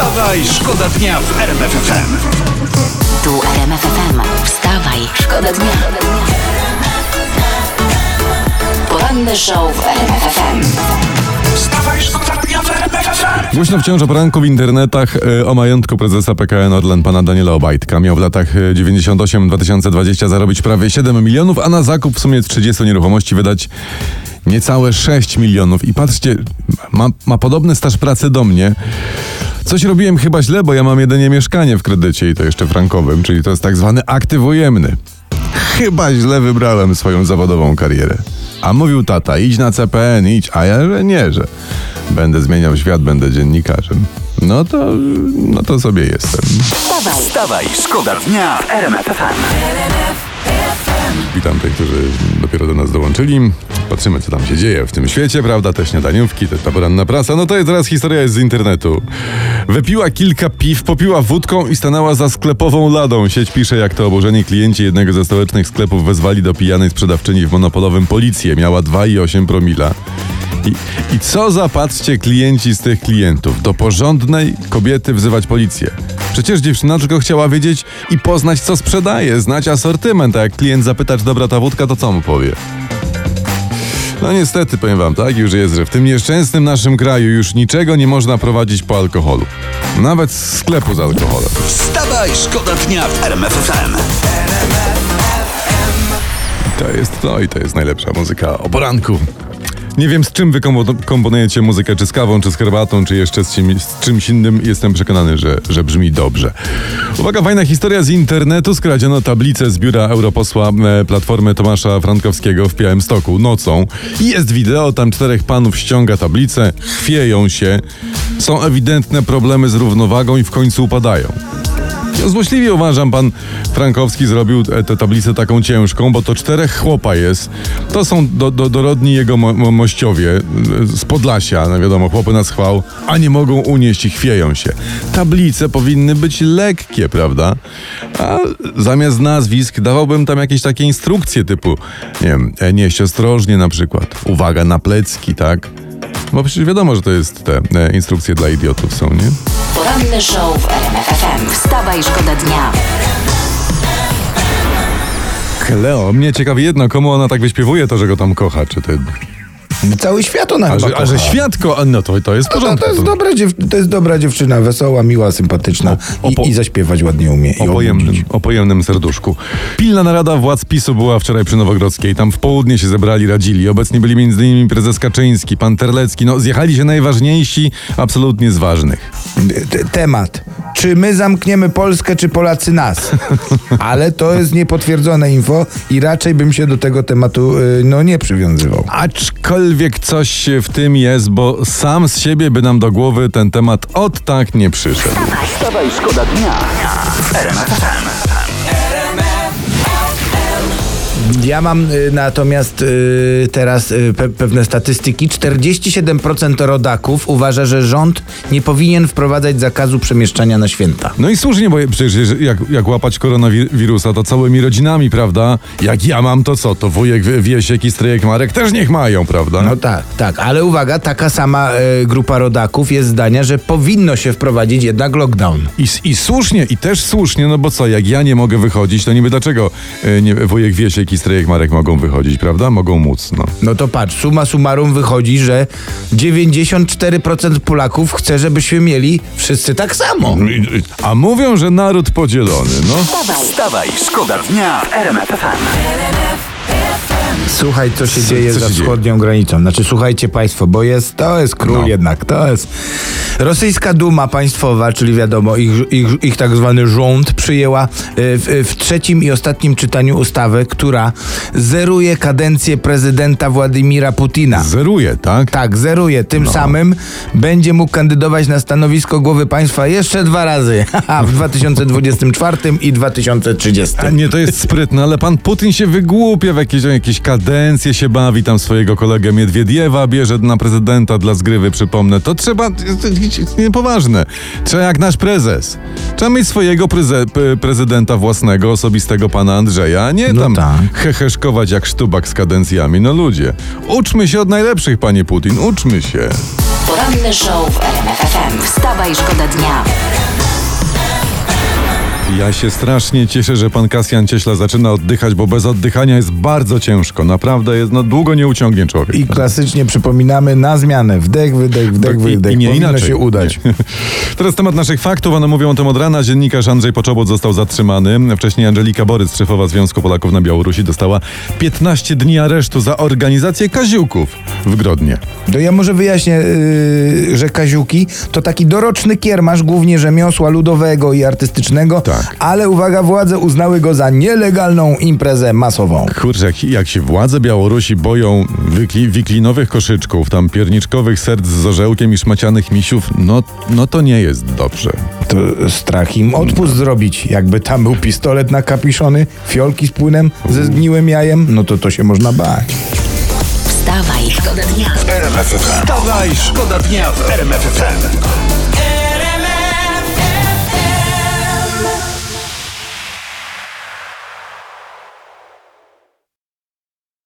Wstawaj, szkoda dnia w RMF FM. Tu RMF FM. Wstawaj, szkoda dnia. Poranny show w RMF FM. Wstawaj, szkoda dnia w RMF FM. Głośno wciąż o poranku w internetach o majątku prezesa PKN Orlen, pana Daniela Obajtka. Miał w latach 98-2020 zarobić prawie 7 milionów, a na zakup w sumie 30 nieruchomości wydać niecałe 6 milionów. I patrzcie, ma podobny staż pracy do mnie. Coś robiłem chyba źle, bo ja mam jedynie mieszkanie w kredycie i to jeszcze frankowym, czyli to jest tak zwany aktyw ujemny. Chyba źle wybrałem swoją zawodową karierę. A mówił tata, idź na CPN, idź, a ja, że nie, że będę zmieniał świat, będę dziennikarzem. No to sobie jestem. Wstawaj, szkoda dnia w RMF FM. Witam tych, którzy dopiero do nas dołączyli. Patrzymy, co tam się dzieje w tym świecie, prawda? Te śniadaniówki, ta poranna prasa. No to jest teraz historia z internetu. Wypiła kilka piw, popiła wódką i stanęła za sklepową ladą. Sieć pisze, jak to oburzeni klienci jednego ze stołecznych sklepów wezwali do pijanej sprzedawczyni w monopolowym policję. Miała 2,8 promila. I co zapatrzcie klienci z tych klientów? Do porządnej kobiety wzywać policję. Przecież dziewczyna tylko chciała wiedzieć i poznać, co sprzedaje, znać asortyment, a jak klient zapyta, czy dobra ta wódka, to co mu powie? No niestety, powiem wam, tak już jest, że w tym nieszczęsnym naszym kraju już niczego nie można prowadzić po alkoholu. Nawet z sklepu z alkoholem. Wstawaj, szkoda dnia w RMF FM. To jest najlepsza muzyka o poranku. Nie wiem, z czym wy komponujecie muzykę, czy z kawą, czy z herbatą, czy jeszcze z czymś innym. Jestem przekonany, że brzmi dobrze. Uwaga, fajna historia z internetu. Skradziono tablicę z biura europosła Platformy Tomasza Frankowskiego w Białymstoku nocą. I jest wideo, tam 4 panów ściąga tablicę, chwieją się. Są ewidentne problemy z równowagą i w końcu upadają. Złośliwie uważam, pan Frankowski zrobił tę tablicę taką ciężką, bo to 4 chłopa jest. To są dorodni jego mościowie z Podlasia, no wiadomo, chłopy na schwał, a nie mogą unieść i chwieją się. Tablice powinny być lekkie, prawda? A zamiast nazwisk dawałbym tam jakieś takie instrukcje typu, nie wiem, nieść ostrożnie na przykład. Uwaga na plecki, tak? Bo przecież wiadomo, że to jest te instrukcje dla idiotów są, nie? Poranny show w RMF FM. Wstawaj, szkoda dnia. Kleo, mnie ciekawi jedno, komu ona tak wyśpiewuje to, że go tam kocha, czy to... Cały świat ona chyba kocha. A że świadko, no to jest w porządku. To jest dobra dziewczyna, wesoła, miła, sympatyczna i zaśpiewać ładnie umie. O pojemnym serduszku. Pilna narada władz PiS-u była wczoraj przy Nowogrodzkiej. Tam w południe się zebrali, radzili. Obecni byli m.in. prezes Kaczyński, pan Terlecki. No zjechali się najważniejsi, absolutnie z ważnych. Temat. Czy my zamkniemy Polskę, czy Polacy nas? Ale to jest niepotwierdzone info i raczej bym się do tego tematu nie przywiązywał. Aczkolwiek coś w tym jest, bo sam z siebie by nam do głowy ten temat od tak nie przyszedł. Wstawaj, szkoda dnia w RMF FM. Ja mam natomiast teraz pewne statystyki. 47% rodaków uważa, że rząd nie powinien wprowadzać zakazu przemieszczania na święta. No i słusznie, bo przecież jak łapać koronawirusa, to całymi rodzinami, prawda? Jak ja mam, to co? To wujek Wiesiek i stryjek Marek też niech mają, prawda? No tak. Ale uwaga, taka sama grupa rodaków jest zdania, że powinno się wprowadzić jednak lockdown. I słusznie, i też słusznie, no bo co, jak ja nie mogę wychodzić, to niby dlaczego wujek Wiesiek i stryjek Marek mogą wychodzić, prawda? Mogą móc, no. No to patrz, summa summarum wychodzi, że 94% Polaków chce, żebyśmy mieli wszyscy tak samo. A mówią, że naród podzielony, no. Wstawaj, szkoda dnia w RMF FM. Słuchaj, co się dzieje za wschodnią granicą. Znaczy, słuchajcie państwo, bo to jest król jednak. To jest rosyjska Duma Państwowa, czyli wiadomo, ich tak zwany rząd przyjęła w trzecim i ostatnim czytaniu ustawę, która zeruje kadencję prezydenta Władimira Putina. Zeruje, tak? Tak, zeruje. Tym samym będzie mógł kandydować na stanowisko głowy państwa jeszcze 2 razy. W 2024 i 2030. Nie, to jest sprytne, ale pan Putin się wygłupia w jakieś kadencje, się bawi, tam swojego kolegę Miedwiediewa bierze na prezydenta dla zgrywy, przypomnę. To trzeba, niepoważne. Trzeba jak nasz prezes. Trzeba mieć swojego prezydenta własnego, osobistego pana Andrzeja, a nie tam heheszkować jak sztubak z kadencjami. No ludzie, uczmy się od najlepszych, panie Putin, uczmy się. Poranny show w RMF FM. Wstawaj, szkoda dnia. Ja się strasznie cieszę, że pan Kasjan Cieśla zaczyna oddychać, bo bez oddychania jest bardzo ciężko. Naprawdę jest, długo nie uciągnie człowiek. I klasycznie przypominamy na zmianę. Wdech, wydech, wdech, wydech. I nie Powinno inaczej się udać. Nie. Teraz temat naszych faktów, one mówią o tym od rana. Dziennikarz Andrzej Poczobut został zatrzymany. Wcześniej Angelika Borys, szefowa Związku Polaków na Białorusi, dostała 15 dni aresztu za organizację kaziuków w Grodnie. To ja może wyjaśnię, że kaziuki to taki doroczny kiermasz, głównie rzemiosła ludowego i artystycznego, Tak. ale uwaga, władze uznały go za nielegalną imprezę masową. Kurczę, jak się władze Białorusi boją wiklinowych koszyczków, tam pierniczkowych serc z orzełkiem i szmacianych misiów, no to nie jest dobrze. To strach im odpust zrobić. Jakby tam był pistolet nakapiszony, fiolki z płynem ze zgniłym jajem, no to się można bać. Wstawaj, szkoda dnia. Wstawaj, szkoda dnia w RMF FM.